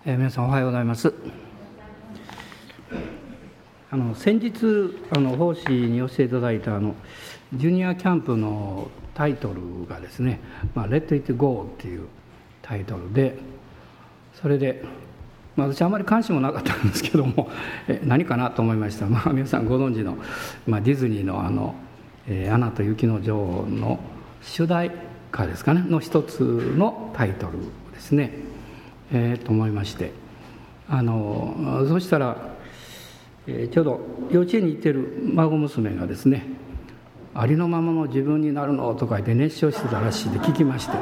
皆さんおはようございます。先日奉仕に寄せていただいたジュニアキャンプのタイトルがですね「Let It Go」っていうタイトルで、それで、私あまり関心もなかったんですけども何かなと思いました。皆さんご存知の、ディズニーのアナと雪の女王の主題歌ですかねの一つのタイトルですね。と思いまして、そしたら、ちょうど幼稚園に行ってる孫娘がですね「ありのままの自分になるの」とか言って熱唱してたらしいで聞きまして、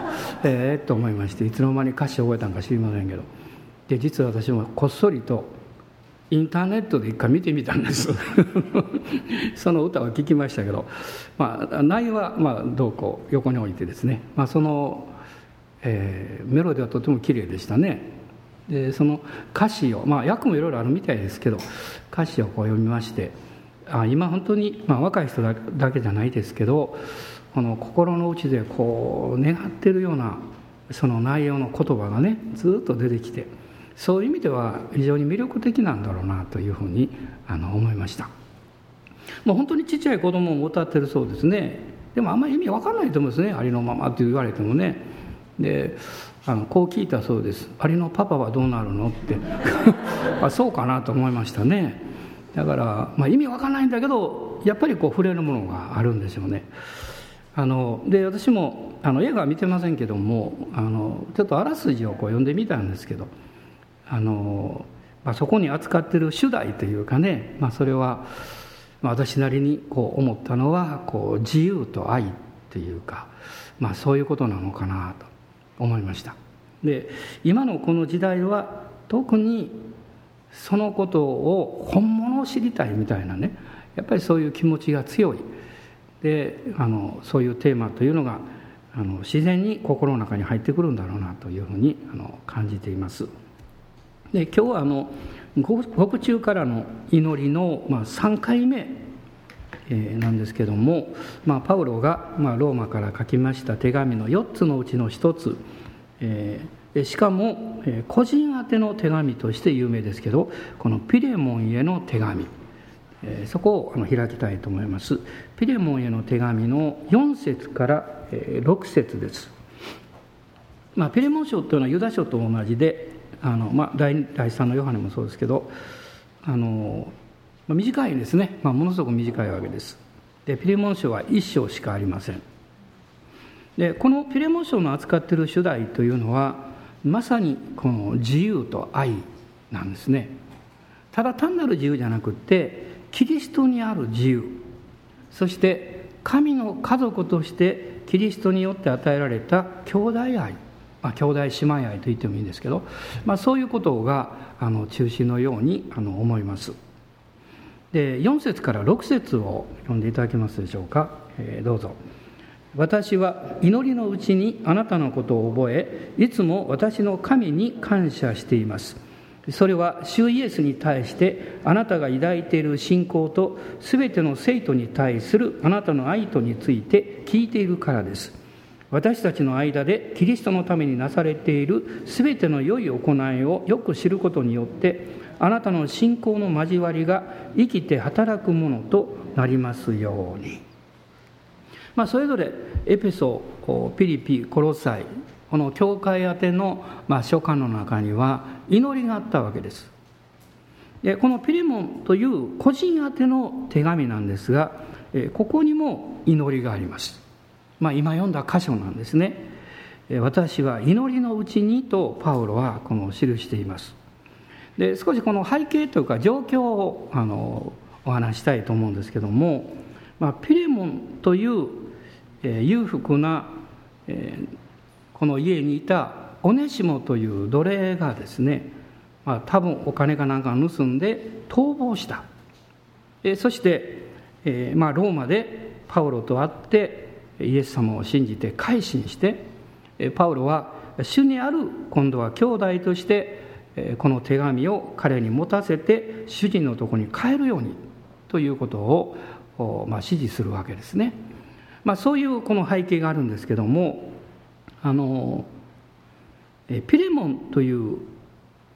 と思いまして、いつの間に歌詞を覚えたんか知りませんけど、で実は私もこっそりとインターネットで一回見てみたんですその歌を聞きましたけど、内容はどうこう横に置いてですね、そのメロディーはとても綺麗でしたね。でその歌詞を、訳もいろいろあるみたいですけど、歌詞をこう読みまして、今本当に、若い人だけじゃないですけど、この心の内でこう願っているようなその内容の言葉がねずっと出てきて、そういう意味では非常に魅力的なんだろうなというふうに思いました。もう本当にちっちゃい子供も歌ってるそうですね。でもあんまり意味わかんないと思うんですね、ありのままって言われてもね。でこう聞いたそうです。ありのパパはどうなるのってそうかなと思いましたね。だから、意味わかんないんだけどやっぱりこう触れるものがあるんでしょうね。で私も映画は見てませんけどもちょっとあらすじをこう読んでみたんですけど、そこに扱っている主題というかね、それは私なりにこう思ったのはこう自由と愛というか、そういうことなのかなと思いました。で今のこの時代は特にそのことを本物を知りたいみたいなね、やっぱりそういう気持ちが強いでそういうテーマというのが自然に心の中に入ってくるんだろうなというふうに感じています。で今日は獄中からの祈りの3回目なんですけども、パウロがローマから書きました手紙の4つのうちの1つ、しかも個人宛ての手紙として有名ですけど、このピレモンへの手紙、そこを開きたいと思います。ピレモンへの手紙の4節から6節です。ピレモン書というのはユダ書と同じで第2、第3のヨハネもそうですけど短いですね、ものすごく短いわけです。でピレモン書は1章しかありません。でこのピレモン書の扱っている主題というのはまさにこの自由と愛なんですね。ただ単なる自由じゃなくってキリストにある自由、そして神の家族としてキリストによって与えられた兄弟愛、兄弟姉妹愛と言ってもいいんですけど、そういうことが中心のように思います。で4節から6節を読んでいただけますでしょうか。どうぞ。私は祈りのうちにあなたのことを覚え、いつも私の神に感謝しています。それは主イエスに対してあなたが抱いている信仰とすべての生徒に対するあなたの愛とについて聞いているからです。私たちの間でキリストのためになされているすべての良い行いをよく知ることによってあなたの信仰の交わりが生きて働くものとなりますように。それぞれエペソ、ピリピ、コロサイ、この教会宛ての書簡の中には祈りがあったわけです。でこのピレモンという個人宛ての手紙なんですが、ここにも祈りがあります。今読んだ箇所なんですね。私は祈りのうちにとパウロはこの記しています。で少しこの背景というか状況をお話したいと思うんですけども、ピレモンという裕福なこの家にいたオネシモという奴隷がですね、多分お金かなんか盗んで逃亡した。そして、ローマでパウロと会ってイエス様を信じて改心して、パウロは主にある今度は兄弟としてこの手紙を彼に持たせて主人のところに帰るようにということを指示するわけですね。そういうこの背景があるんですけども、ピレモンという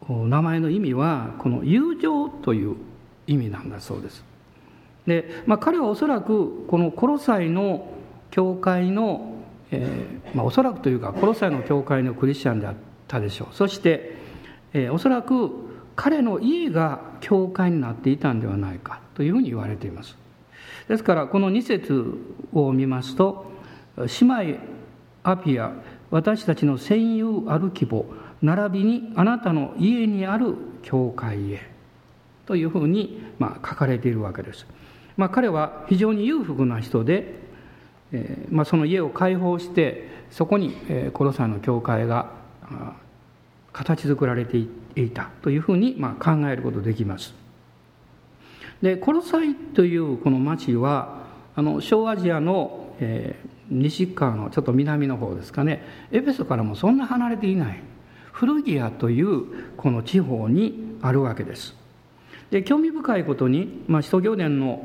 名前の意味はこの友情という意味なんだそうです。で、彼はおそらくこのコロサイの教会の、おそらくというかコロサイの教会のクリスチャンであったでしょう。そして、おそらく彼の家が教会になっていたんではないかというふうに言われています。ですからこの2節を見ますと、姉妹アピア、私たちの戦友アルキボ、並びにあなたの家にある教会へというふうに書かれているわけです。彼は非常に裕福な人で、その家を開放してそこにコロサイの教会が形作られていたというふうに考えることができます。で、コロサイというこの町は小アジアの、西側のちょっと南の方ですかね、エペソからもそんな離れていないフルギアというこの地方にあるわけです。で、興味深いことに、使徒行伝の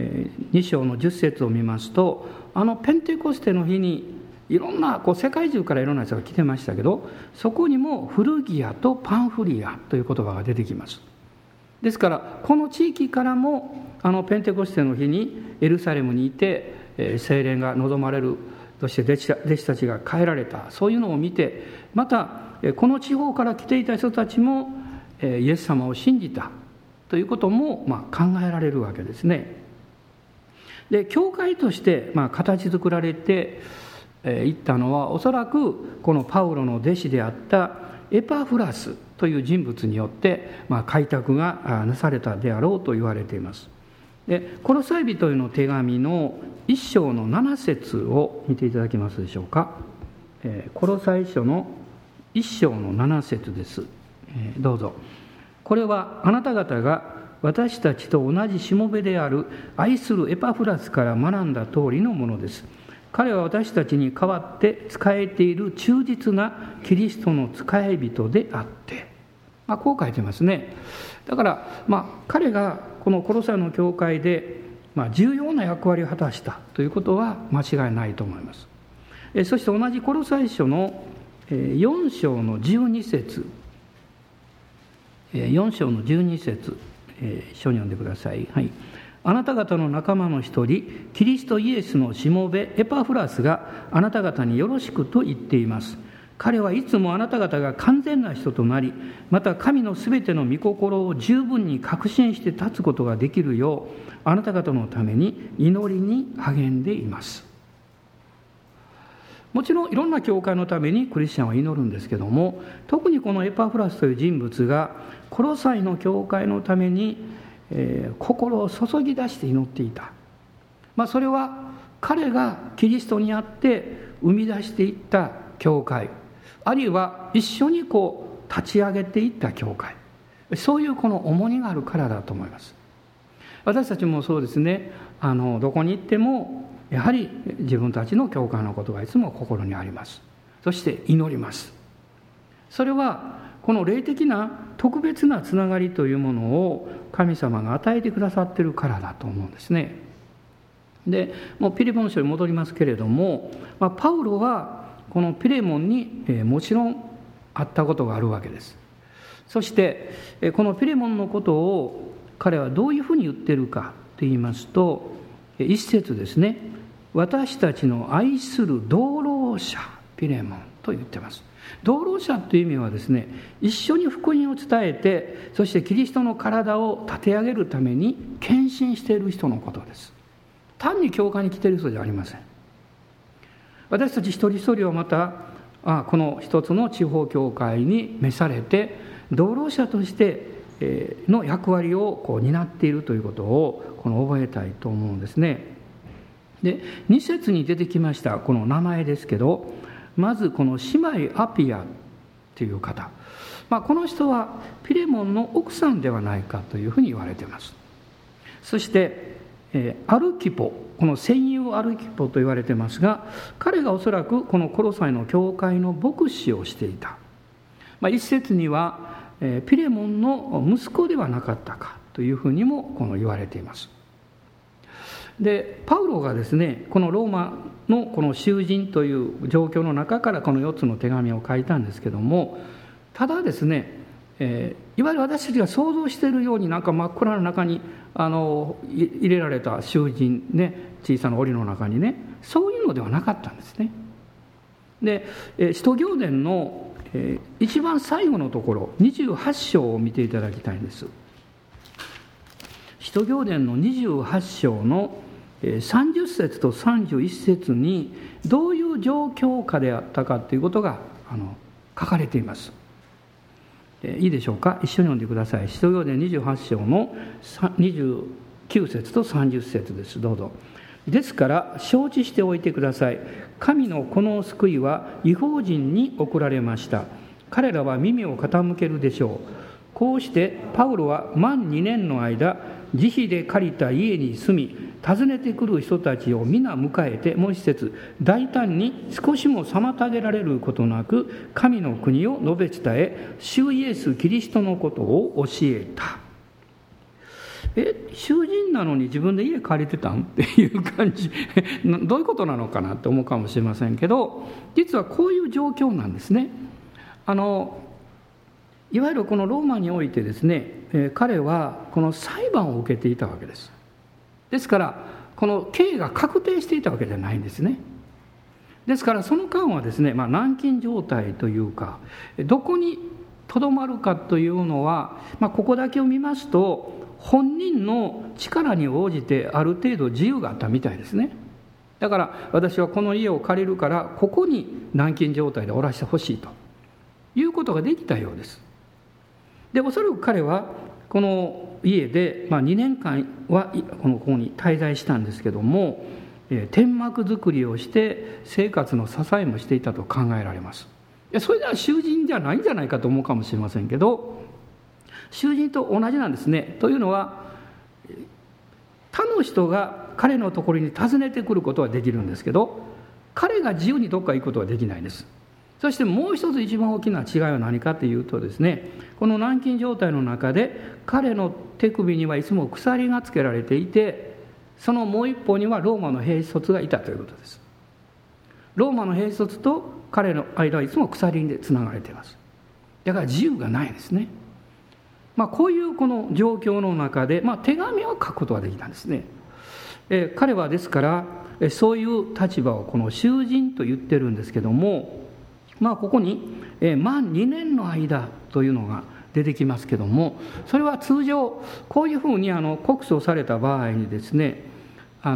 2章の10節を見ますと、ペンテコステの日にいろんな世界中からいろんな人が来てましたけど、そこにもフルギアとパンフリアという言葉が出てきます。ですからこの地域からもペンテコステの日にエルサレムにいて聖霊が望まれる、そして弟子たちが帰られた、そういうのを見て、またこの地方から来ていた人たちもイエス様を信じたということも考えられるわけですね。で、教会として形作られていったのは、おそらくこのパウロの弟子であったエパフラスという人物によって開拓がなされたであろうと言われています。で、コロサイ人への手紙の1章の7節を見ていただけますでしょうか。コロサイ書の1章の7節です。どうぞ。これはあなた方が私たちと同じしもべである愛するエパフラスから学んだ通りのものです。彼は私たちに代わって仕えている忠実なキリストの仕え人であって、こう書いてますね。だから彼がこのコロサイの教会で重要な役割を果たしたということは間違いないと思います。そして同じコロサイ書の4章の12節、4章の12節、一緒に読んでください。はい。あなた方の仲間の一人、キリストイエスのしもべエパフラスがあなた方によろしくと言っています。彼はいつもあなた方が完全な人となり、また神のすべての御心を十分に確信して立つことができるよう、あなた方のために祈りに励んでいます。もちろんいろんな教会のためにクリスチャンは祈るんですけども、特にこのエパフラスという人物がコロサイの教会のために、心を注ぎ出して祈っていた。それは彼がキリストにあって生み出していった教会、あるいは一緒に立ち上げていった教会、そういうこの重荷があるからだと思います。私たちもそうですね。どこに行ってもやはり自分たちの教会のことがいつも心にあります。そして祈ります。それはこの霊的な特別なつながりというものを神様が与えてくださっているからだと思うんですね。で、もうピレモン書に戻りますけれども、パウロはこのピレモンにもちろん会ったことがあるわけです。そしてこのピレモンのことを彼はどういうふうに言っているかと言いますと、一節ですね。私たちの愛する同労者ピレモンと言ってます。同労者という意味はですね、一緒に福音を伝えて、そしてキリストの体を立て上げるために献身している人のことです。単に教会に来ている人じゃありません。私たち一人一人はまたこの一つの地方教会に召されて同労者としての役割を担っているということを覚えたいと思うんですね。で、2節に出てきましたこの名前ですけど、まずこの姉妹アピアという方、この人はピレモンの奥さんではないかというふうに言われています。そしてアルキポ、この戦友アルキポと言われていますが、彼がおそらくこのコロサイの教会の牧師をしていた。一節にはピレモンの息子ではなかったかというふうにも言われています。で、パウロがですね、このローマのこの囚人という状況の中からこの4つの手紙を書いたんですけども、ただですね、 いわゆる私たちが想像しているようになんか真っ暗な中に入れられた囚人ね、小さな檻の中にね、そういうのではなかったんですね。で、使徒行伝の一番最後のところ28章を見ていただきたいんです。使徒行伝の28章の30節と31節にどういう状況下であったかということが書かれています。いいでしょうか。一緒に読んでください。使徒行伝28章の29節と30節です。どうぞ。ですから承知しておいてください。神のこの救いは異邦人に送られました。彼らは耳を傾けるでしょう。こうしてパウロは満2年の間、自費で借りた家に住み、訪ねてくる人たちを皆迎えて、もう一節、大胆に少しも妨げられることなく神の国を述べ伝え、主イエスキリストのことを教えた。囚人なのに自分で家借りてたんっていう感じどういうことなのかなって思うかもしれませんけど、実はこういう状況なんですね。いわゆるこのローマにおいてですね、彼はこの裁判を受けていたわけです。ですからこの刑が確定していたわけじゃないんですね。ですからその間はですね、軟禁状態というか、どこにとどまるかというのは、ここだけを見ますと本人の力に応じてある程度自由があったみたいですね。だから私はこの家を借りるからここに軟禁状態でおらしてほしいということができたようです。で、おそらく彼はこの家で、2年間はここに滞在したんですけども、天幕作りをして生活の支えもしていたと考えられます。それでは囚人じゃないんじゃないかと思うかもしれませんけど、囚人と同じなんですね。というのは、他の人が彼のところに訪ねてくることはできるんですけど、彼が自由にどっか行くことはできないです。そしてもう一つ一番大きな違いは何かというとですね、この軟禁状態の中で彼の手首にはいつも鎖がつけられていて、そのもう一方にはローマの兵士卒がいたということです。ローマの兵士卒と彼の間はいつも鎖でつながれています。だから自由がないですね。こういうこの状況の中で、手紙を書くことができたんですね。彼はですからそういう立場をこの囚人と言ってるんですけども、ここに満2年の間というのが出てきますけども、それは通常こういうふうに告訴された場合にですね、そ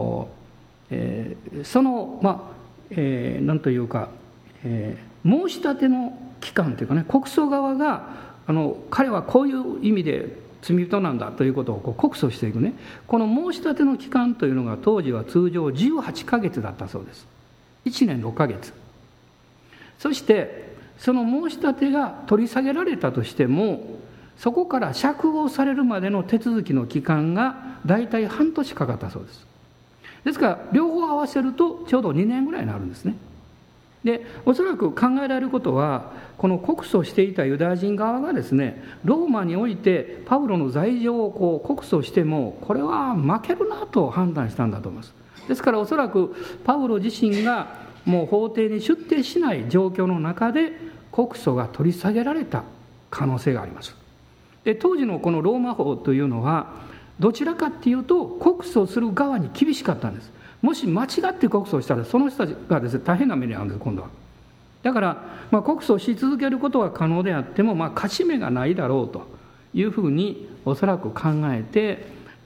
のなんというか、申し立ての期間というかね、告訴側が彼はこういう意味で罪人なんだということを告訴していくね、この申し立ての期間というのが当時は通常18ヶ月だったそうです。1年6ヶ月。そしてその申し立てが取り下げられたとしても、そこから釈放されるまでの手続きの期間がだいたい半年かかったそうです。ですから両方合わせるとちょうど2年ぐらいになるんですね。で、おそらく考えられることは、この告訴していたユダヤ人側がですね、ローマにおいてパウロの罪状を告訴してもこれは負けるなと判断したんだと思います。ですからおそらくパウロ自身がもう法廷に出廷しない状況の中で告訴が取り下げられた可能性があります。で、当時のこのローマ法というのはどちらかっていうと告訴する側に厳しかったんです。もし間違って告訴したらその人たちがですね、大変な目に遭うんです。今度はだから、告訴し続けることは可能であっても、勝ち目がないだろうというふうにおそらく考えて、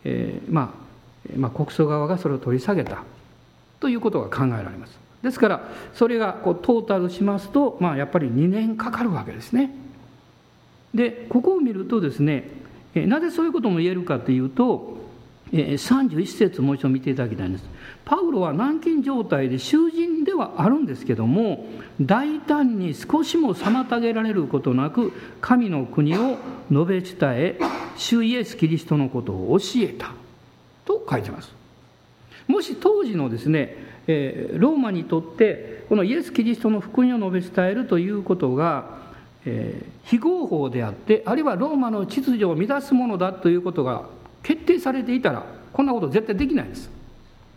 告訴側がそれを取り下げたということが考えられます。ですからそれがトータルしますと、やっぱり2年かかるわけですね。で、ここを見るとですね、なぜそういうことも言えるかというと、31節もう一度見ていただきたいんです。パウロは軟禁状態で囚人ではあるんですけども、大胆に少しも妨げられることなく神の国を述べ伝え、主イエスキリストのことを教えたと書いてます。もし当時のですね、ローマにとってこのイエスキリストの福音を述べ伝えるということが、非合法であって、あるいはローマの秩序を乱すものだということが決定されていたら、こんなこと絶対できないです。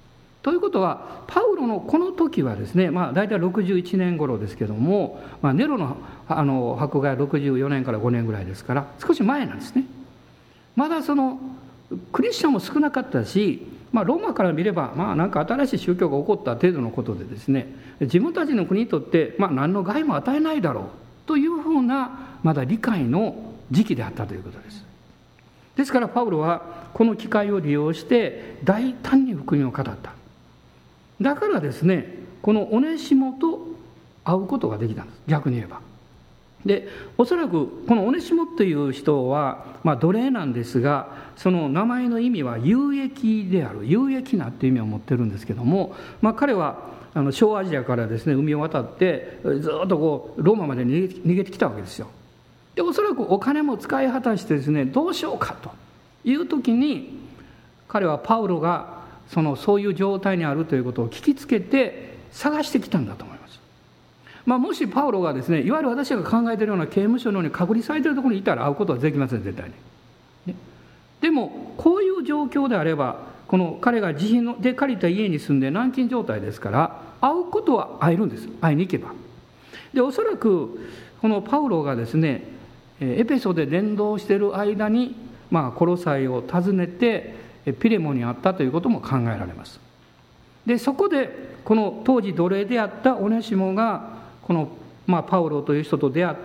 ということはパウロのこの時はですね、大体61年頃ですけども、ネロの迫害は64年から5年ぐらいですから少し前なんですね。まだそのクリスチャンも少なかったし、ローマから見ればなんか新しい宗教が起こった程度のことでですね、自分たちの国にとって何の害も与えないだろうというふうなまだ理解の時期であったということです。ですからパウロはこの機会を利用して大胆に福音を語った。だからですね、このオネシモと会うことができたんです。逆に言えば。で、おそらくこのオネシモという人は奴隷なんですが、その名前の意味は有益である、有益なという意味を持ってるんですけども、彼は小アジアからですね海を渡ってずっとローマまで逃げてきたわけですよ。で、おそらくお金も使い果たしてですね、どうしようかという時に彼はパウロがそういう状態にあるということを聞きつけて探してきたんだと思います。もしパウロがですね、いわゆる私が考えているような刑務所のように隔離されているところにいたら会うことはできません、絶対に。でもこういう状況であれば、この彼が自費で借りた家に住んで軟禁状態ですから会うことは会えるんです。会いに行けば。で、おそらくこのパウロがですねエペソで伝道している間に、コロサイを訪ねてピレモに会ったということも考えられます。で、そこでこの当時奴隷であったオネシモがこの、パウロという人と出会って、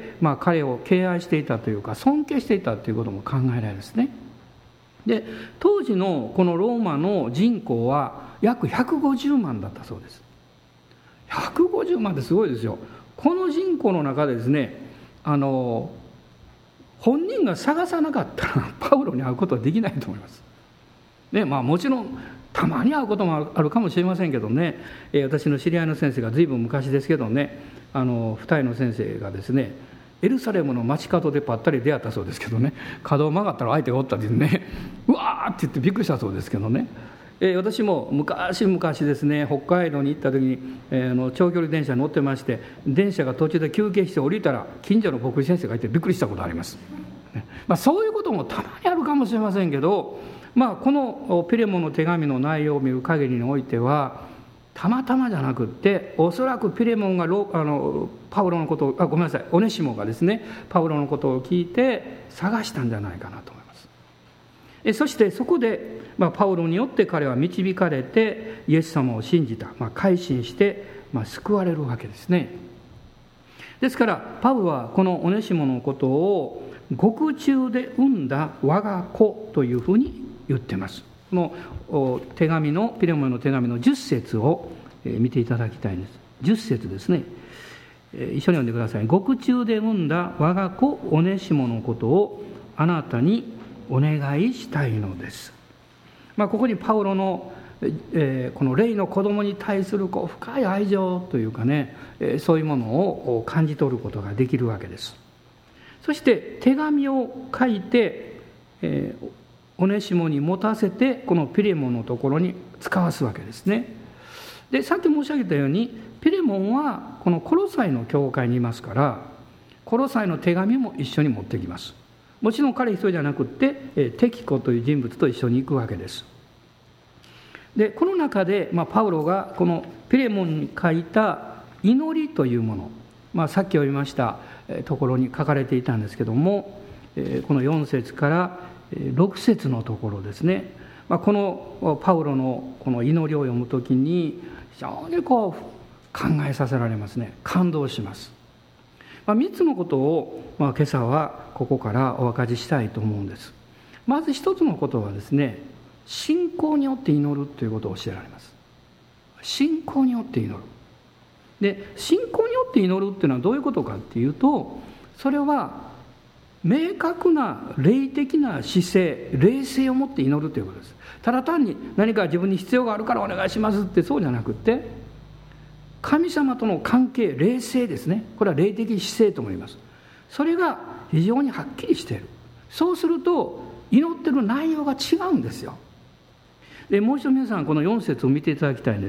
彼を敬愛していたというか尊敬していたということも考えられますね。で、当時のこのローマの人口は約150万だったそうです。150万ってすごいですよ。この人口の中でですね、本人が探さなかったらパウロに会うことはできないと思います。で、もちろんたまに会うこともあるかもしれませんけどね、私の知り合いの先生が随分昔ですけどね、二人の先生がですねエルサレムの街角でぱったり出会ったそうですけどね、角を曲がったら相手がおったってね、うわーって言ってびっくりしたそうですけどね、私も昔ですね北海道に行った時に、長距離電車に乗ってまして、電車が途中で休憩して降りたら近所の牧師先生がいてびっくりしたことあります。そういうこともたまにあるかもしれませんけど、このピレモンの手紙の内容を見る限りにおいてはたまたまじゃなくって、おそらくピレモンがパウロのことをオネシモがですねパウロのことを聞いて探したんじゃないかなと思います。そしてそこで、パウロによって彼は導かれてイエス様を信じた、改心して、救われるわけですね。ですからパウロはこのオネシモのことを獄中で産んだ我が子というふうに言ってます。この手紙のピレモンの手紙の10節を見ていただきたいんです。10節ですね。一緒に読んでください。獄中で産んだ我が子オネシモのことをあなたにお願いしたいのです。ここにパウロのこの霊の子供に対する深い愛情というかね、そういうものを感じ取ることができるわけです。そして手紙を書いて、オネシモに持たせてこのピレモンのところに使わすわけですね。で、さっき申し上げたようにピレモンはこのコロサイの教会にいますから、コロサイの手紙も一緒に持ってきます。もちろん彼一人じゃなくってテキコという人物と一緒に行くわけです。で、この中で、パウロがこのピレモンに書いた祈りというもの、さっき読みましたところに書かれていたんですけども、この4節から6節のところですね、このパウロのこの祈りを読むときに非常に考えさせられますね。感動します。3つのことを、今朝はここからお分かりしたいと思うんです。まず一つのことはですね、信仰によって祈るということを教えられます。信仰によって祈る。で、信仰によって祈るっていうのはどういうことかっていうと、それは明確な霊的な姿勢、霊性を持って祈るということです。ただ単に何か自分に必要があるからお願いしますってそうじゃなくって、神様との関係、霊性ですね。これは霊的姿勢とも言います。それが非常にはっきりしている。そうすると祈ってる内容が違うんですよ。で、もう一度皆さんこの4節を見ていただきたいんです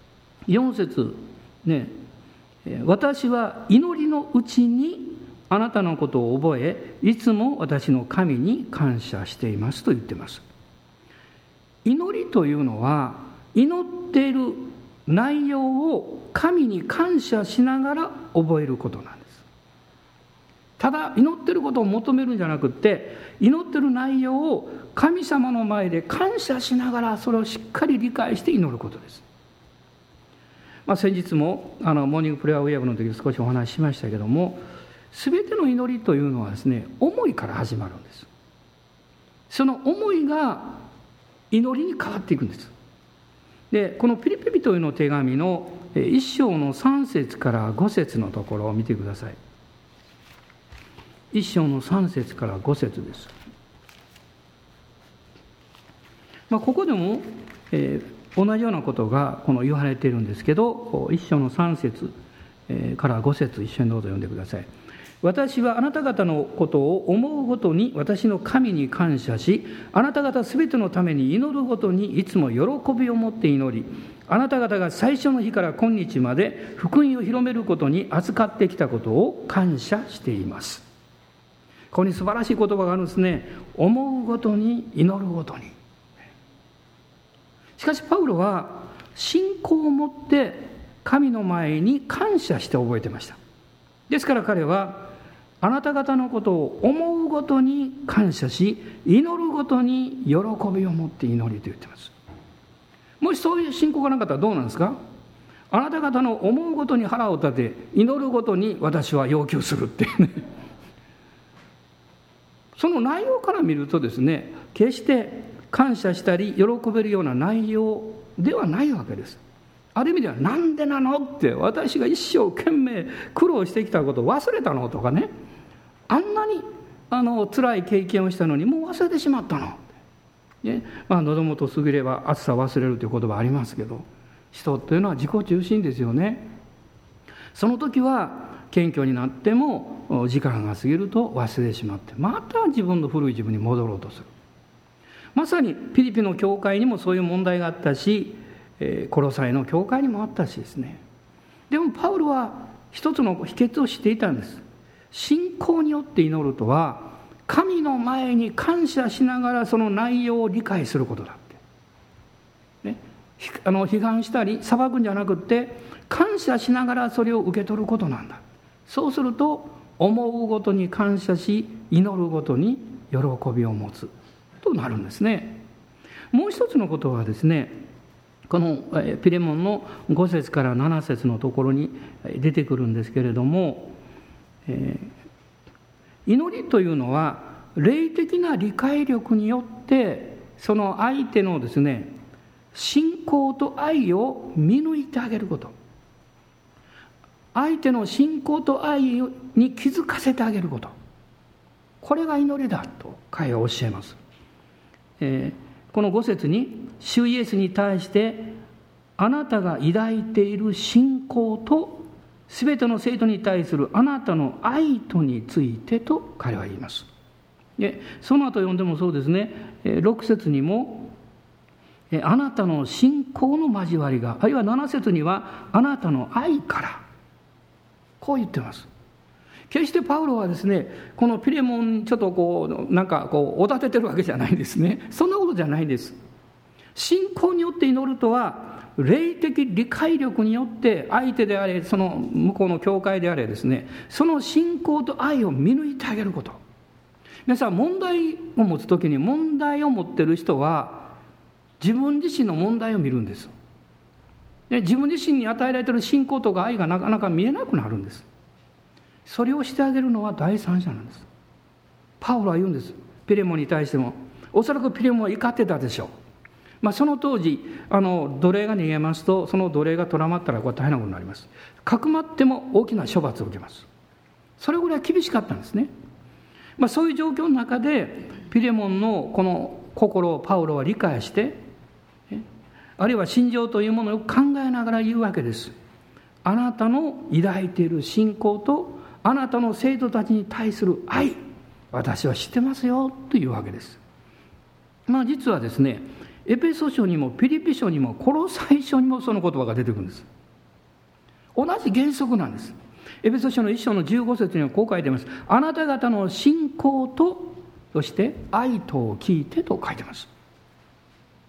。4節ね、私は祈りのうちにあなたのことを覚え、いつも私の神に感謝していますと言っています。祈りというのは祈っている内容を神に感謝しながら覚えることなんです。ただ祈っていることを求めるんじゃなくって、祈っている内容を神様の前で感謝しながらそれをしっかり理解して祈ることです。先日もモーニングプレアウェーブの時に少しお話ししましたけども、全ての祈りというのはですね、思いから始まるんです。その思いが祈りに変わっていくんです。で、このピリピ人への手紙の1章の3節から5節のところを見てください。1章の3節から5節です。ここでも、同じようなことが言われているんですけど、1章の3節から5節一緒にどうぞ読んでください。私はあなた方のことを思うごとに私の神に感謝し、あなた方すべてのために祈るごとにいつも喜びを持って祈り、あなた方が最初の日から今日まで福音を広めることに扱ってきたことを感謝しています。ここに素晴らしい言葉があるんですね。思うごとに祈るごとに。しかしパウロは信仰を持って神の前に感謝して覚えてました。ですから彼はあなた方のことを思うごとに感謝し、祈るごとに喜びを持って祈りと言っています。もしそういう信仰がなかったらどうなんですか？あなた方の思うごとに腹を立て、祈るごとに私は要求するっていうね。その内容から見るとですね、決して感謝したり喜べるような内容ではないわけです。ある意味ではなんでなのって、私が一生懸命苦労してきたことを忘れたのとかね、あんなに辛い経験をしたのにもう忘れてしまったの、ね、喉元過ぎれば暑さ忘れるという言葉ありますけど、人というのは自己中心ですよね。その時は謙虚になっても時間が過ぎると忘れてしまって、また自分の古い自分に戻ろうとする。まさにピリピの教会にもそういう問題があったし、コロサイの教会にもあったしですね。でもパウロは一つの秘訣を知っていたんです。信仰によって祈るとは、神の前に感謝しながらその内容を理解することだって、ね、批判したり裁くんじゃなくって感謝しながらそれを受け取ることなんだ。そうすると思うごとに感謝し、祈るごとに喜びを持つとなるんですね。もう一つのことはですね、このピレモンの5節から7節のところに出てくるんですけれども、祈りというのは霊的な理解力によってその相手のですね、信仰と愛を見抜いてあげること、相手の信仰と愛に気づかせてあげること、これが祈りだと彼は教えます。この5節に、主イエスに対してあなたが抱いている信仰とすべての生徒に対するあなたの愛とについてと彼は言います。でその後読んでもそうですね、6節にもあなたの信仰の交わりが、あるいは7節にはあなたの愛から、こう言ってます。決してパウロはですね、このピレモンちょっとおだててるわけじゃないんですね。そんなことじゃないんです。信仰によって祈るとは、霊的理解力によって相手であれ、その向こうの教会であれですね、その信仰と愛を見抜いてあげること。皆さん、問題を持つときに、問題を持っている人は自分自身の問題を見るんです。で自分自身に与えられている信仰とか愛がなかなか見えなくなるんです。それをしてあげるのは第三者なんです。パウロは言うんです。ピレモンに対しても、おそらくピレモンは怒ってたでしょう。その当時奴隷が逃げますと、その奴隷が捕らまったらこれ大変なことになります。かくまっても大きな処罰を受けます。それぐらい厳しかったんですね。そういう状況の中でピレモンのこの心をパウロは理解して、あるいは信条というものを考えながら言うわけです。あなたの抱いている信仰とあなたの生徒たちに対する愛、私は知ってますよというわけです。実はですね、エペソ書にもピリピ書にもコロサイ書にもその言葉が出てくるんです。同じ原則なんです。エペソ書の1章の15節にはこう書いています。あなた方の信仰と、そして愛とを聞いてと書いています。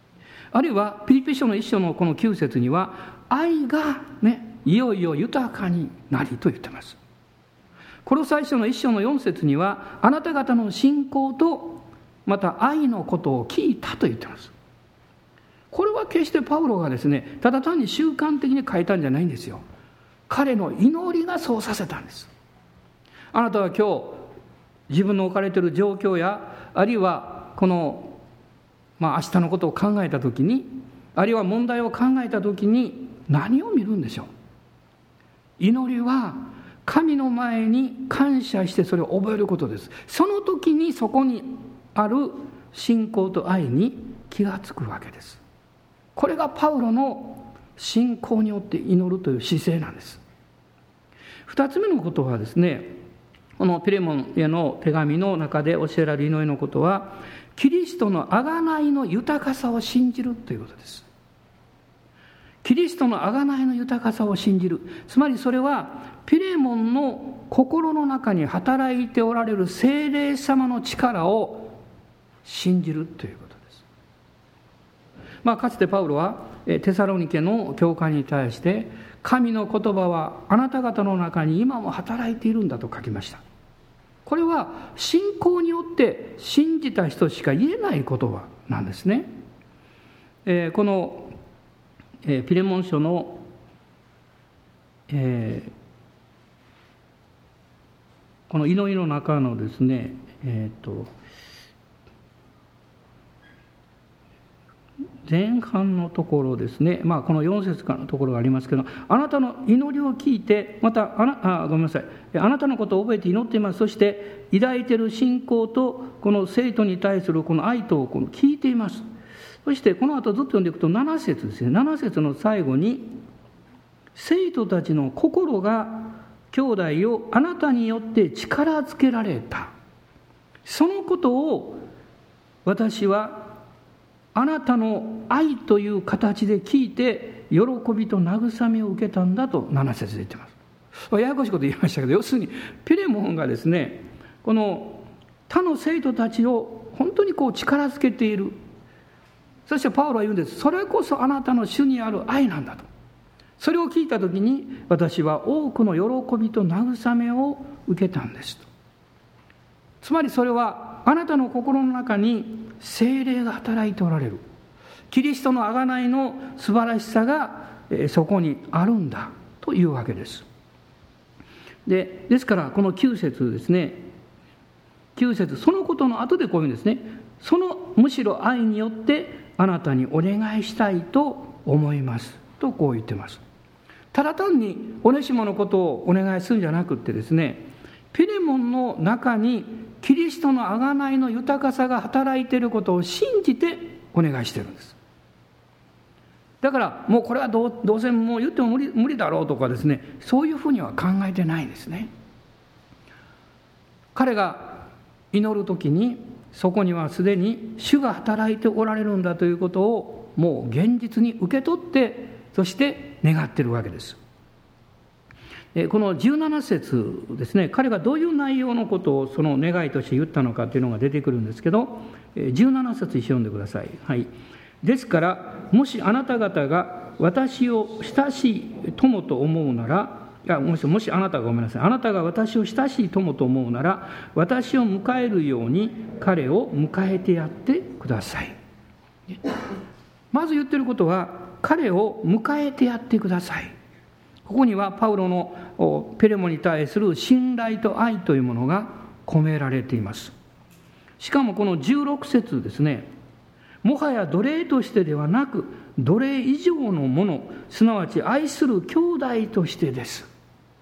あるいはピリピ書の1章のこの9節には、愛がね、いよいよ豊かになりと言ってます。コロサイ書の1章の4節には、あなた方の信仰とまた愛のことを聞いたと言ってます。これは決してパウロがですね、ただ単に習慣的に書いたんじゃないんですよ。彼の祈りがそうさせたんです。あなたは今日自分の置かれている状況や、あるいはこの明日のことを考えたときに、あるいは問題を考えたときに何を見るんでしょう。祈りは神の前に感謝してそれを覚えることです。その時にそこにある信仰と愛に気がつくわけです。これがパウロの信仰によって祈るという姿勢なんです。二つ目のことはですね、このピレモンへの手紙の中で教えられる祈りのことは、キリストの贖いの豊かさを信じるということです。キリストの贖いの豊かさを信じる。つまりそれはピレモンの心の中に働いておられる聖霊様の力を信じるということです。かつてパウロはテサロニケの教会に対して、神の言葉はあなた方の中に今も働いているんだと書きました。これは信仰によって信じた人しか言えない言葉なんですね。このピレモン書の、この祈りの中のですね、前半のところですね、この4節のところがありますけど、あなたの祈りを聞いて、またごめんなさい、あなたのことを覚えて祈っています。そして抱いている信仰とこの生徒に対するこの愛とを聞いています。そしてこの後ずっと読んでいくと7節ですね。7節の最後に、生徒たちの心が兄弟をあなたによって力づけられた。そのことを私はあなたの愛という形で聞いて、喜びと慰めを受けたんだと7節で言ってます。ややこしいこと言いましたけど、要するにピレモンがですね、この他の生徒たちを本当に力づけている。そしてパウロは言うんです。それこそあなたの主にある愛なんだと。それを聞いたときに、私は多くの喜びと慰めを受けたんですと。つまりそれはあなたの心の中に聖霊が働いておられる。キリストの贖いの素晴らしさがそこにあるんだというわけです。ですからこの9節ですね、9節、そのことの後でこういうんですね。そのむしろ愛によってあなたにお願いしたいと思いますとこう言ってます。ただ単にオネシモのことをお願いするんじゃなくってですね、ピレモンの中にキリストの贖いの豊かさが働いていることを信じてお願いしているんです。だからもうこれはどうせもう言っても無理だろうとかですね、そういうふうには考えてないんですね。彼が祈るときにそこにはすでに主が働いておられるんだということをもう現実に受け取って、そして願っているわけです。この17節ですね、彼がどういう内容のことをその願いとして言ったのかというのが出てくるんですけど、17節一緒読んでください。はい。ですからもしあなた方が私を親しい友と思うなら、もしあなたがごめんなさい、あなたが私を親しい友と思うなら、私を迎えるように彼を迎えてやってください。まず言ってることは、彼を迎えてやってください。ここにはパウロのペレモンに対する信頼と愛というものが込められています。しかもこの16節ですね、もはや奴隷としてではなく奴隷以上のもの、すなわち愛する兄弟としてです。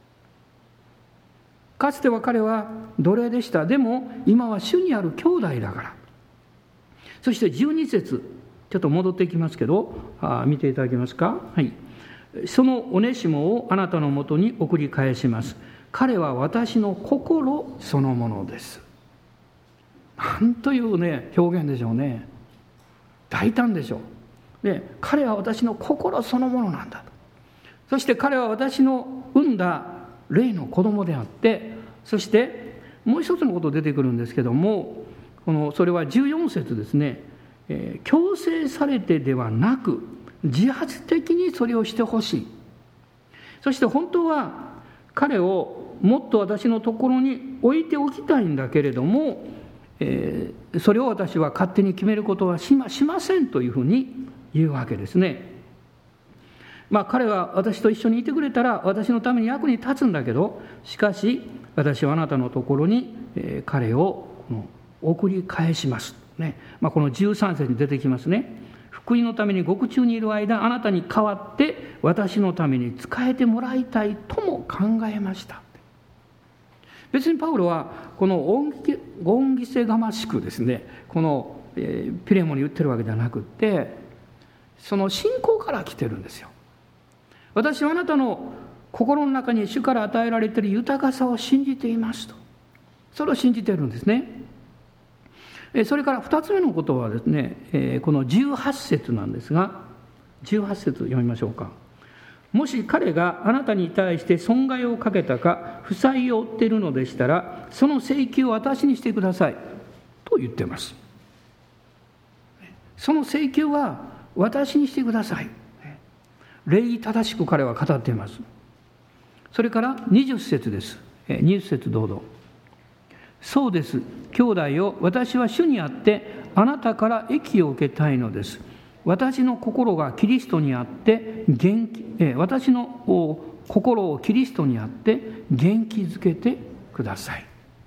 かつては彼は奴隷でした。でも今は主にある兄弟だから。そして12節、ちょっと戻っていきますけど、見ていただけますか。はい。そのオネシモをあなたのもとに送り返します。彼は私の心そのものです。なんというね、表現でしょうね。大胆でしょう。で、彼は私の心そのものなんだと。そして彼は私の産んだ霊の子供であって、そしてもう一つのこと出てくるんですけども、それは14節ですね。 強制されてではなく自発的にそれをしてほしい。そして本当は彼をもっと私のところに置いておきたいんだけれども、それを私は勝手に決めることはしませんというふうに言うわけですね。彼は私と一緒にいてくれたら私のために役に立つんだけど、しかし私はあなたのところに彼を送り返します、ね。この13節に出てきますね。福音のために獄中にいる間、あなたに代わって私のために仕えてもらいたいとも考えました。別にパウロはこの恩着せがましくですね、このピレモンに言ってるわけではなくって、その信仰から来てるんですよ。私はあなたの心の中に主から与えられている豊かさを信じていますと、それを信じているんですね。それから2つ目のことはですね、この18節なんですが、18節読みましょうか。もし彼があなたに対して損害をかけたか負債を負っているのでしたら、その請求を私にしてくださいと言っています。その請求は私にしてください。礼儀正しく彼は語っています。それから20節です。20節どうぞ。そうです、兄弟よ、私は主にあってあなたから益を受けたいのです。私の心がキリストにあって私の心をキリストにあって元気づけてください。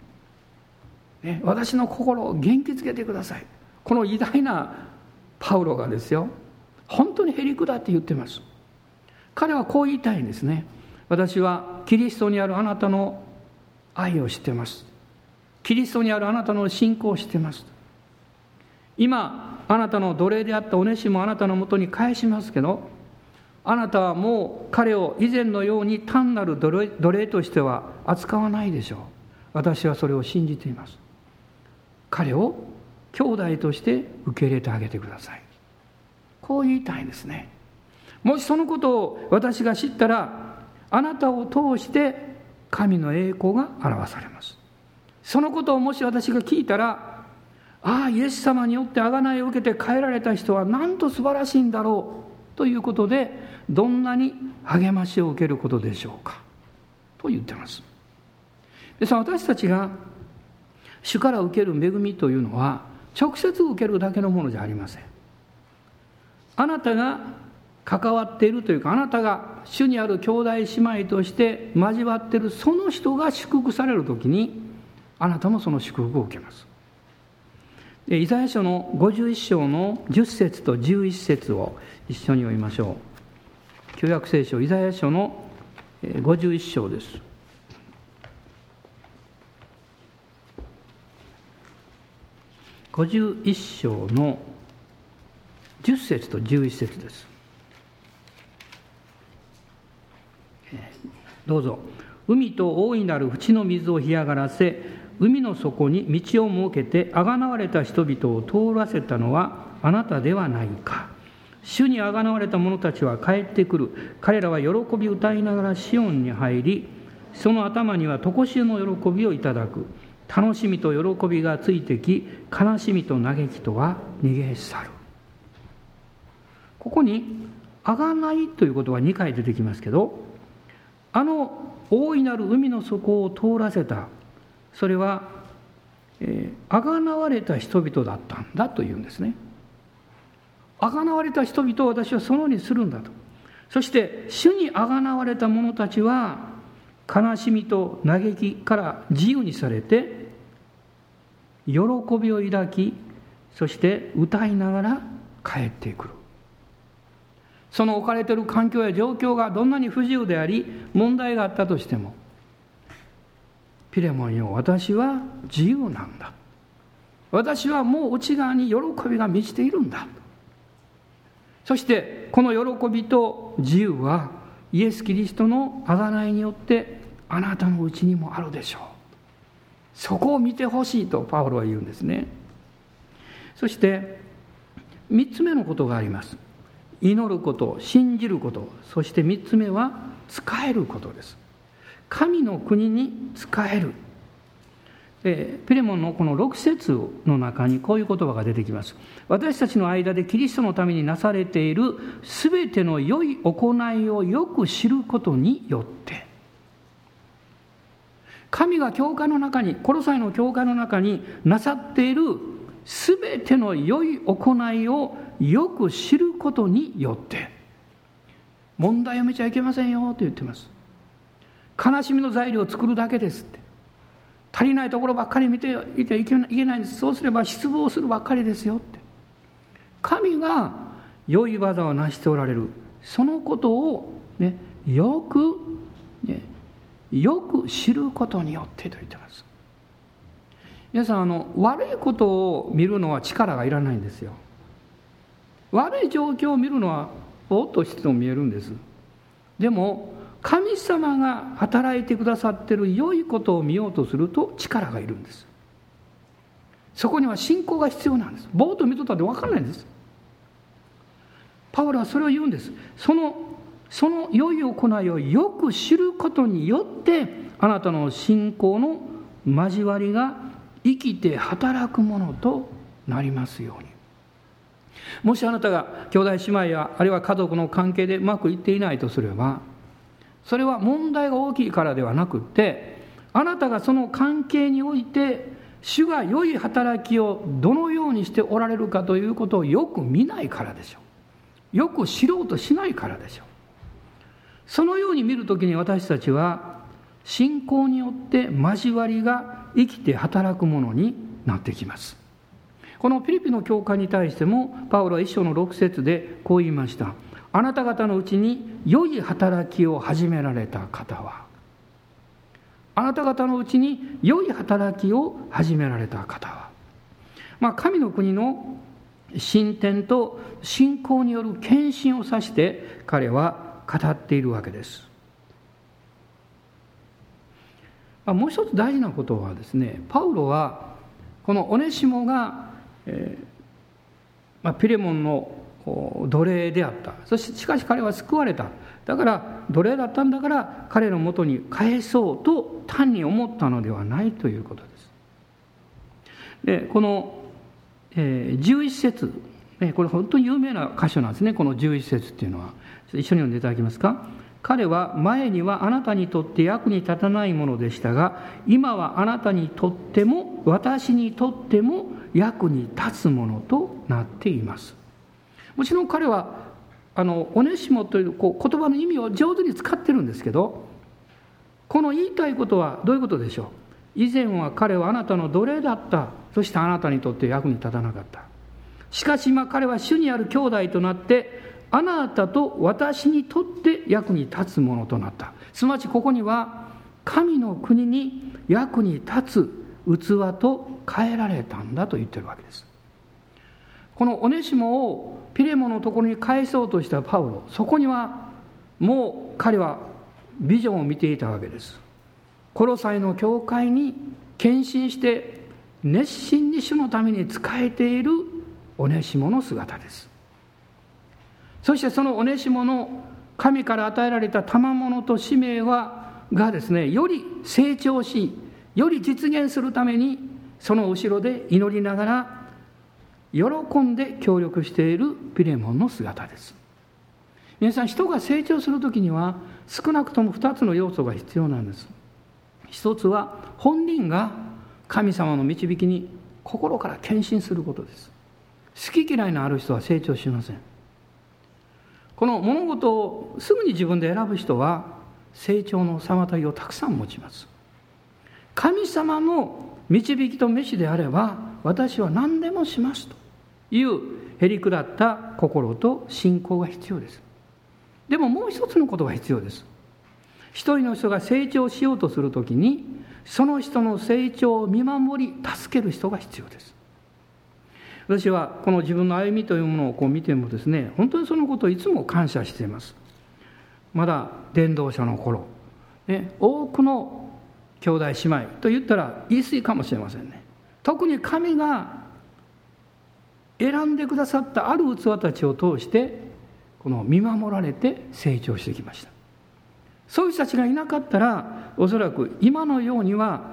私の心を元気づけてください。この偉大なパウロがですよ、本当にへりくだって言ってます。彼はこう言いたいんですね。私はキリストにあるあなたの愛を知ってます。キリストにあるあなたの信仰を知ってます。今あなたの奴隷であったオネシモをあなたのもとに返しますけど、あなたはもう彼を以前のように単なる奴隷としては扱わないでしょう。私はそれを信じています。彼を兄弟として受け入れてあげてください。こう言いたいんですね。もしそのことを私が知ったら、あなたを通して神の栄光が表されます。そのことをもし私が聞いたら、イエス様によって贖いを受けて帰られた人はなんと素晴らしいんだろうということで、どんなに励ましを受けることでしょうかと言っています。ですから私たちが主から受ける恵みというのは直接受けるだけのものじゃありません。あなたが関わっているというか、あなたが主にある兄弟姉妹として交わっているその人が祝福されるときに、あなたもその祝福を受けます。イザヤ書の51章の10節と11節を一緒に読みましょう。旧約聖書イザヤ書の51章です。51章の10節と11節です。どうぞ。海と大いなる淵の水を干上がらせ、海の底に道を設けてあがなわれた人々を通らせたのはあなたではないか。主にあがなわれた者たちは帰ってくる。彼らは喜び歌いながらシオンに入り、その頭には常しえの喜びをいただく。楽しみと喜びがついてき、悲しみと嘆きとは逃げ去る。ここにあがないということが2回出てきますけど、大いなる海の底を通らせた、それはあがなわれた人々だったんだというんですね。あがなわれた人々を私はそのようにするんだと。そして主にあがなわれた者たちは悲しみと嘆きから自由にされて、喜びを抱き、そして歌いながら帰ってくる。その置かれている環境や状況がどんなに不自由であり問題があったとしても、ピレモンよ、私は自由なんだ。私はもう内側に喜びが満ちているんだ。そしてこの喜びと自由はイエス・キリストの贖いによってあなたのうちにもあるでしょう。そこを見てほしいとパウロは言うんですね。そして3つ目のことがあります。祈ること、信じること、そして3つ目は仕えることです。神の国に仕える。 ピレモンのこの6節の中にこういう言葉が出てきます。私たちの間でキリストのためになされているすべての良い行いをよく知ることによって、神が教会の中に、コロサイの教会の中になさっているすべての良い行いをよく知ることによって、問題を見ちゃいけませんよと言ってます。悲しみの材料を作るだけですって。足りないところばっかり見ていていけないんです。そうすれば失望するばっかりですよって。神が良い技を成しておられる、そのことを、よく知ることによってと言ってます。皆さん、悪いことを見るのは力がいらないんですよ。悪い状況を見るのはぼーっとしても見えるんです。でも神様が働いてくださっている良いことを見ようとすると力がいるんです。そこには信仰が必要なんです。ぼーっと見とったって分からないんです。パウロはそれを言うんです。その良い行いをよく知ることによってあなたの信仰の交わりが生きて働くものとなりますように。もしあなたが兄弟姉妹やあるいは家族の関係でうまくいっていないとすれば、それは問題が大きいからではなくって、あなたがその関係において主が良い働きをどのようにしておられるかということをよく見ないからでしょう。よく知ろうとしないからでしょう。そのように見るときに私たちは信仰によって交わりが生きて働くものになってきます。このピリピの教会に対してもパウロは1章の6節でこう言いました。あなた方のうちに良い働きを始められた方は、あなた方のうちに良い働きを始められた方は、神の国の進展と信仰による献身を指して彼は語っているわけです。もう一つ大事なことはですね、パウロはこのオネシモが、ピレモンの奴隷であった。そしてしかし彼は救われた。だから奴隷だったんだから彼のもとに返そうと単に思ったのではないということです。でこの、11節、これ本当に有名な箇所なんですね。この11節っていうのは一緒に読んでいただけますか。彼は前にはあなたにとって役に立たないものでしたが、今はあなたにとっても私にとっても役に立つものとなっています。もちろん彼はオネシモという言葉の意味を上手に使ってるんですけど、この言いたいことはどういうことでしょう。以前は彼はあなたの奴隷だった。そしてあなたにとって役に立たなかった。しかし今彼は主にある兄弟となってあなたと私にとって役に立つものとなった。すなわちここには神の国に役に立つ器と変えられたんだと言ってるわけです。このオネシモをピレモのところに返そうとしたパウロ、そこにはもう彼はビジョンを見ていたわけです。コロサイの教会に献身して熱心に主のために仕えているオネシモの姿です。そしてそのオネシモの神から与えられた賜物と使命がですね、より成長し、より実現するためにその後ろで祈りながら喜んで協力しているピレモンの姿です。皆さん、人が成長するときには少なくとも2つの要素が必要なんです。一つは本人が神様の導きに心から献身することです。好き嫌いのある人は成長しません。この物事をすぐに自分で選ぶ人は成長の妨げをたくさん持ちます。神様の導きと召しであれば私は何でもしますというへりくだった心と信仰が必要です。でももう一つのことが必要です。一人の人が成長しようとするときにその人の成長を見守り助ける人が必要です。私はこの自分の歩みというものを見てもですね、本当にそのことをいつも感謝しています。まだ伝道者の頃、多くの兄弟姉妹と言ったら言い過ぎかもしれませんね。特に神が選んでくださったある器たちを通してこの見守られて成長してきました。そういう人たちがいなかったらおそらく今のようには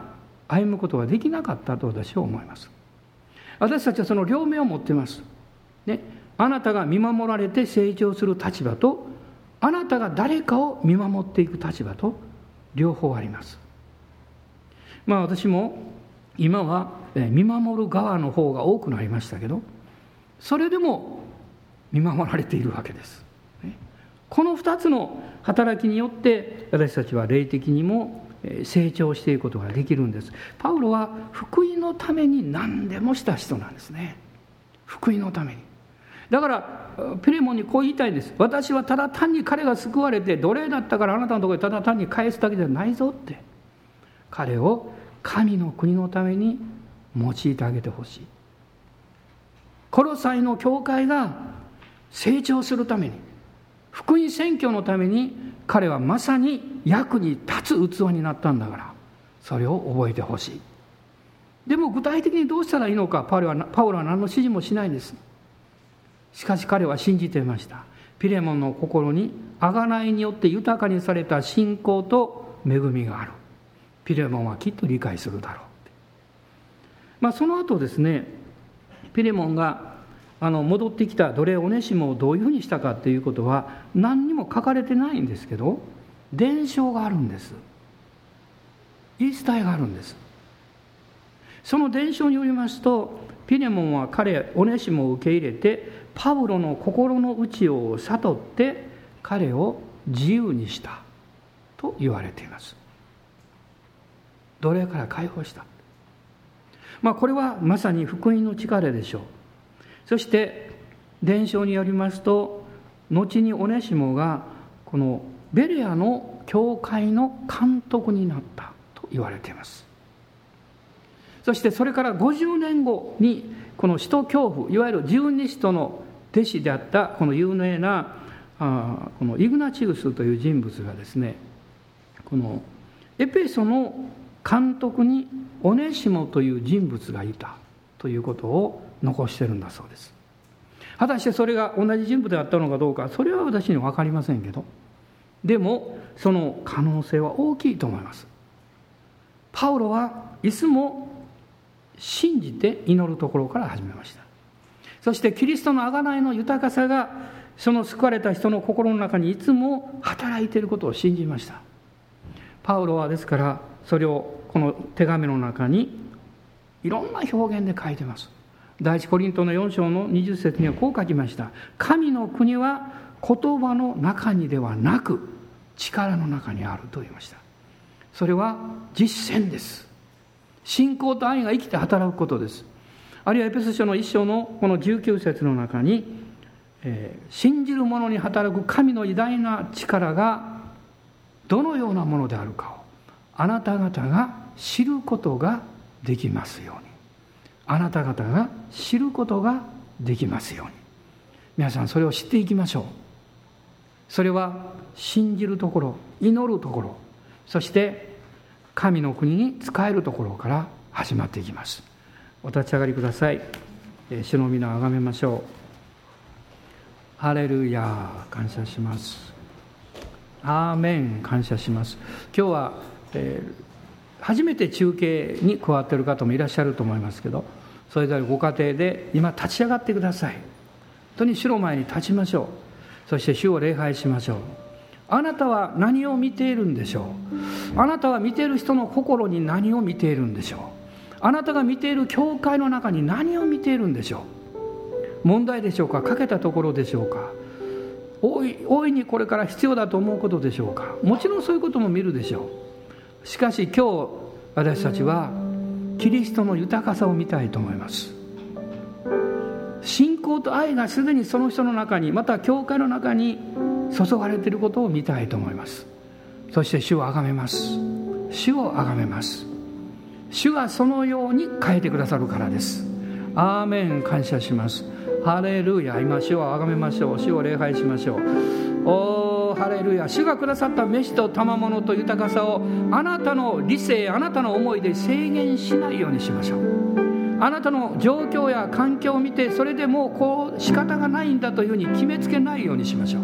歩むことができなかったと私は思います。私たちはその両面を持っています、ね、あなたが見守られて成長する立場と、あなたが誰かを見守っていく立場と両方あります。私も今は見守る側の方が多くなりましたけど、それでも見守られているわけです。この2つの働きによって私たちは霊的にも成長していくことができるんです。パウロは福音のために何でもした人なんですね。福音のために。だからピレモンにこう言いたいんです。私はただ単に彼が救われて奴隷だったからあなたのところにただ単に返すだけじゃないぞって、彼を神の国のために用いてあげてほしい。コロサイの教会が成長するために、福音宣教のために彼はまさに役に立つ器になったんだから、それを覚えてほしい。でも具体的にどうしたらいいのか、パウロは何の指示もしないんです。しかし彼は信じていました。ピレモンの心に贖いによって豊かにされた信仰と恵みがある。ピレモンはきっと理解するだろう。その後ですね、ピレモンが戻ってきた奴隷オネシモをどういうふうにしたかということは何にも書かれてないんですけど、伝承があるんです。言い伝えがあるんです。その伝承によりますと、ピレモンはオネシモを受け入れて、パウロの心の内を悟って彼を自由にしたと言われています。奴隷から解放した。これはまさに福音の力でしょう。そして伝承によりますと、後にオネシモがこのベレアの教会の監督になったと言われています。そしてそれから50年後にこの使徒教父、いわゆる十二使徒の弟子であったこの有名なこのイグナチウスという人物がですね、このエペソの監督にオネシモという人物がいたということを残してるんだそうです。果たしてそれが同じ人物であったのかどうか、それは私には分かりませんけど、でもその可能性は大きいと思います。パウロはいつも信じて祈るところから始めました。そしてキリストの贖いの豊かさがその救われた人の心の中にいつも働いていることを信じました。パウロはですからそれをこの手紙の中にいろんな表現で書いてます。第一コリントの4章の20節にはこう書きました。神の国は言葉の中にではなく力の中にあると言いました。それは実践です。信仰と愛が生きて働くことです。あるいはエペソ書の1章のこの19節の中に、信じる者に働く神の偉大な力がどのようなものであるかをあなた方が知ることができますように。あなた方が知ることができますように。皆さんそれを知っていきましょう。それは信じるところ、祈るところ、そして神の国に仕えるところから始まっていきます。お立ち上がりください。主の皆をあがめましょう。ハレルヤ、感謝します。アーメン、感謝します。今日は、初めて中継に加わっている方もいらっしゃると思いますけど、それぞれご家庭で今立ち上がってください。本当に主の前に立ちましょう。そして主を礼拝しましょう。あなたは何を見ているんでしょう。あなたは見ている人の心に何を見ているんでしょう。あなたが見ている教会の中に何を見ているんでしょう。問題でしょうか、欠けたところでしょうか、大いにこれから必要だと思うことでしょうか。もちろんそういうことも見るでしょう。しかし今日私たちはキリストの豊かさを見たいと思います。信仰と愛がすでにその人の中に、また教会の中に注がれていることを見たいと思います。そして主をあがめます。主をあがめます。主がそのように変えてくださるからです。アーメン、感謝します。ハレルヤ、今主をあがめましょう。主を礼拝しましょう。おー、ハレルヤ。主がくださった飯と賜物と豊かさをあなたの理性、あなたの思いで制限しないようにしましょう。あなたの状況や環境を見て、それでもうこう仕方がないんだというふうに決めつけないようにしましょう。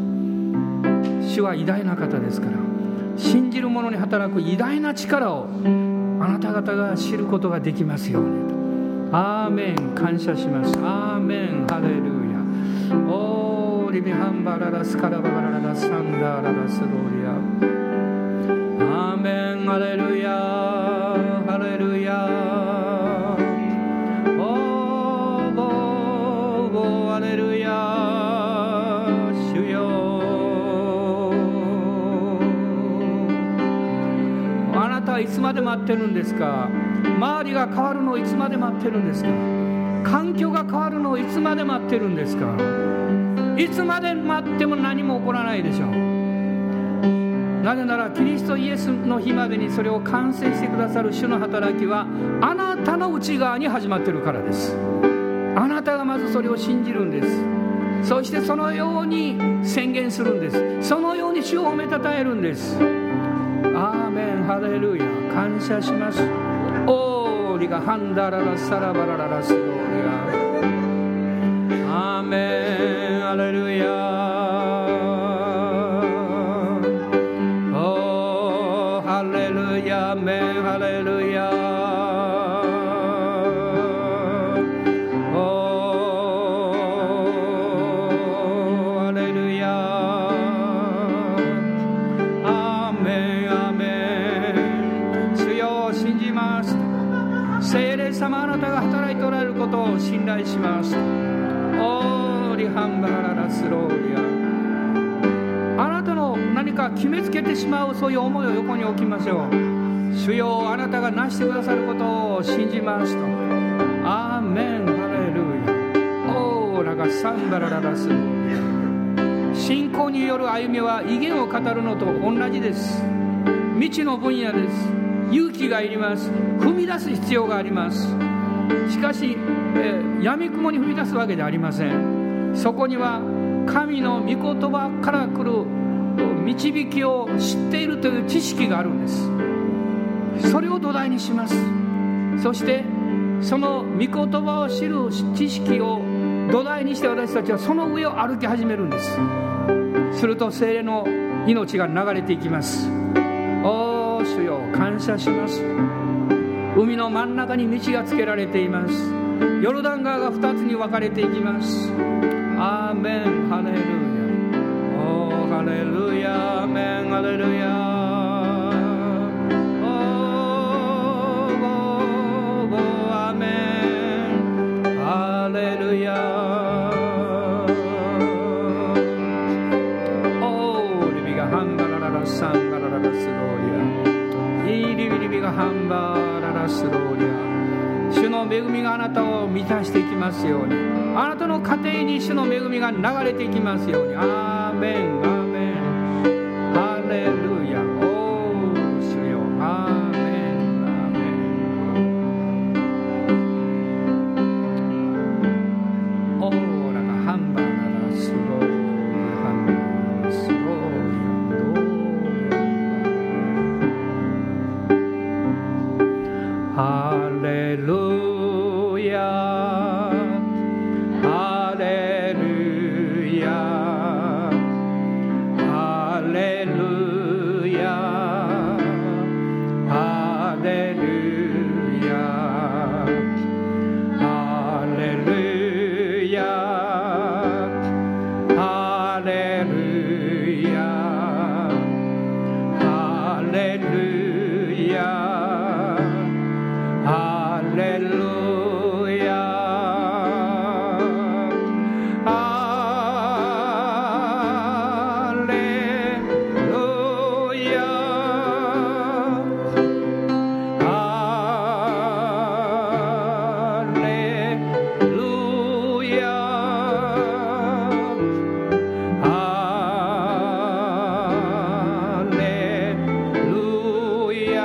主は偉大な方ですから、信じる者に働く偉大な力をあなた方が知ることができますようにと。アーメン。感謝します。アーメン。ハレルヤ。オーリビハンバララスカラバガララサンダーララスローリア。アーメン。ハレルヤ。ハレルヤ。オーゴーゴーハレルヤ。主よ、あなたはいつまで待ってるんですか？周りが変わるのをいつまで待ってるんですか？環境が変わるのをいつまで待ってるんですか？いつまで待っても何も起こらないでしょう。なぜならキリストイエスの日までにそれを完成してくださる主の働きはあなたの内側に始まっているからです。あなたがまずそれを信じるんです。そしてそのように宣言するんです。そのように主を褒めたたえるんです。アーメン。ハレルヤ。感謝します。オーリがハンダララサラバラララスローリア。アーメン。ハレルヤ。オーハレルヤ。アーメン。ハレルヤ。様、あなたが働いておられることを信頼します。オーリハンバララスローリア。あなたの何か決めつけてしまうそういう思いを横に置きましょう。主よ、あなたがなしてくださることを信じますと。アーメン。ハレルヤ。オーラがサンバラララスローリア。信仰による歩みは威厳を語るのと同じです。未知の分野です。勇気がいります。踏み出す必要があります。しかし、闇雲に踏み出すわけではありません。そこには神の御言葉から来る導きを知っているという知識があるんです。それを土台にします。そしてその御言葉を知る知識を土台にして私たちはその上を歩き始めるんです。すると聖霊の命が流れていきます。主よ、感謝します。海の真ん中に道がつけられています。ヨルダン川が2つに分かれていきます。アーメン。ハレルヤ。オーハレルヤ。アーメン。ハレルヤ。オーゴーゴーアーメン。ハレルヤ。オーリビがハンバラララサンバラララスローリア。リビリビがハンバーララスローリア。主の恵みがあなたを満たしていきますように。あなたの家庭に主の恵みが流れていきますように。アーメン。アーメン。ハレルヤ。おー主よ。アーメン。アーメン。オーラがハンバーララスローリア。ハンバーララスローリア。ハレルヤ。ハレルヤ。ハレルヤ。ハレルヤ。ハレルヤ。ハレルヤ。ハレルヤ。ハレルヤ。ハレルヤ。ハレルヤ。ハレルヤ。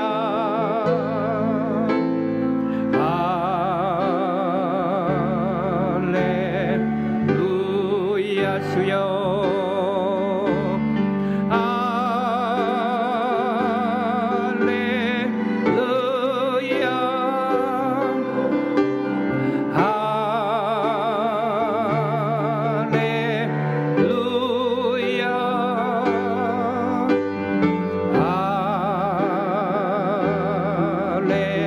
主よ。ハレルヤ。ハレルヤ。ハレ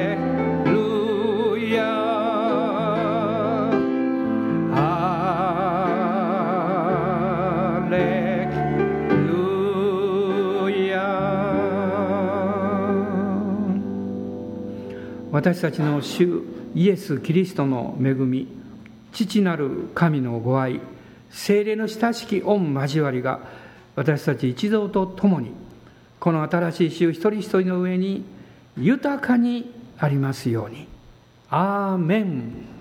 私たちの主イエス・キリストの恵み、父なる神のご愛、聖霊の親しき御交わりが私たち一同と共にこの新しい週一人一人の上に豊かにありますように。アーメン。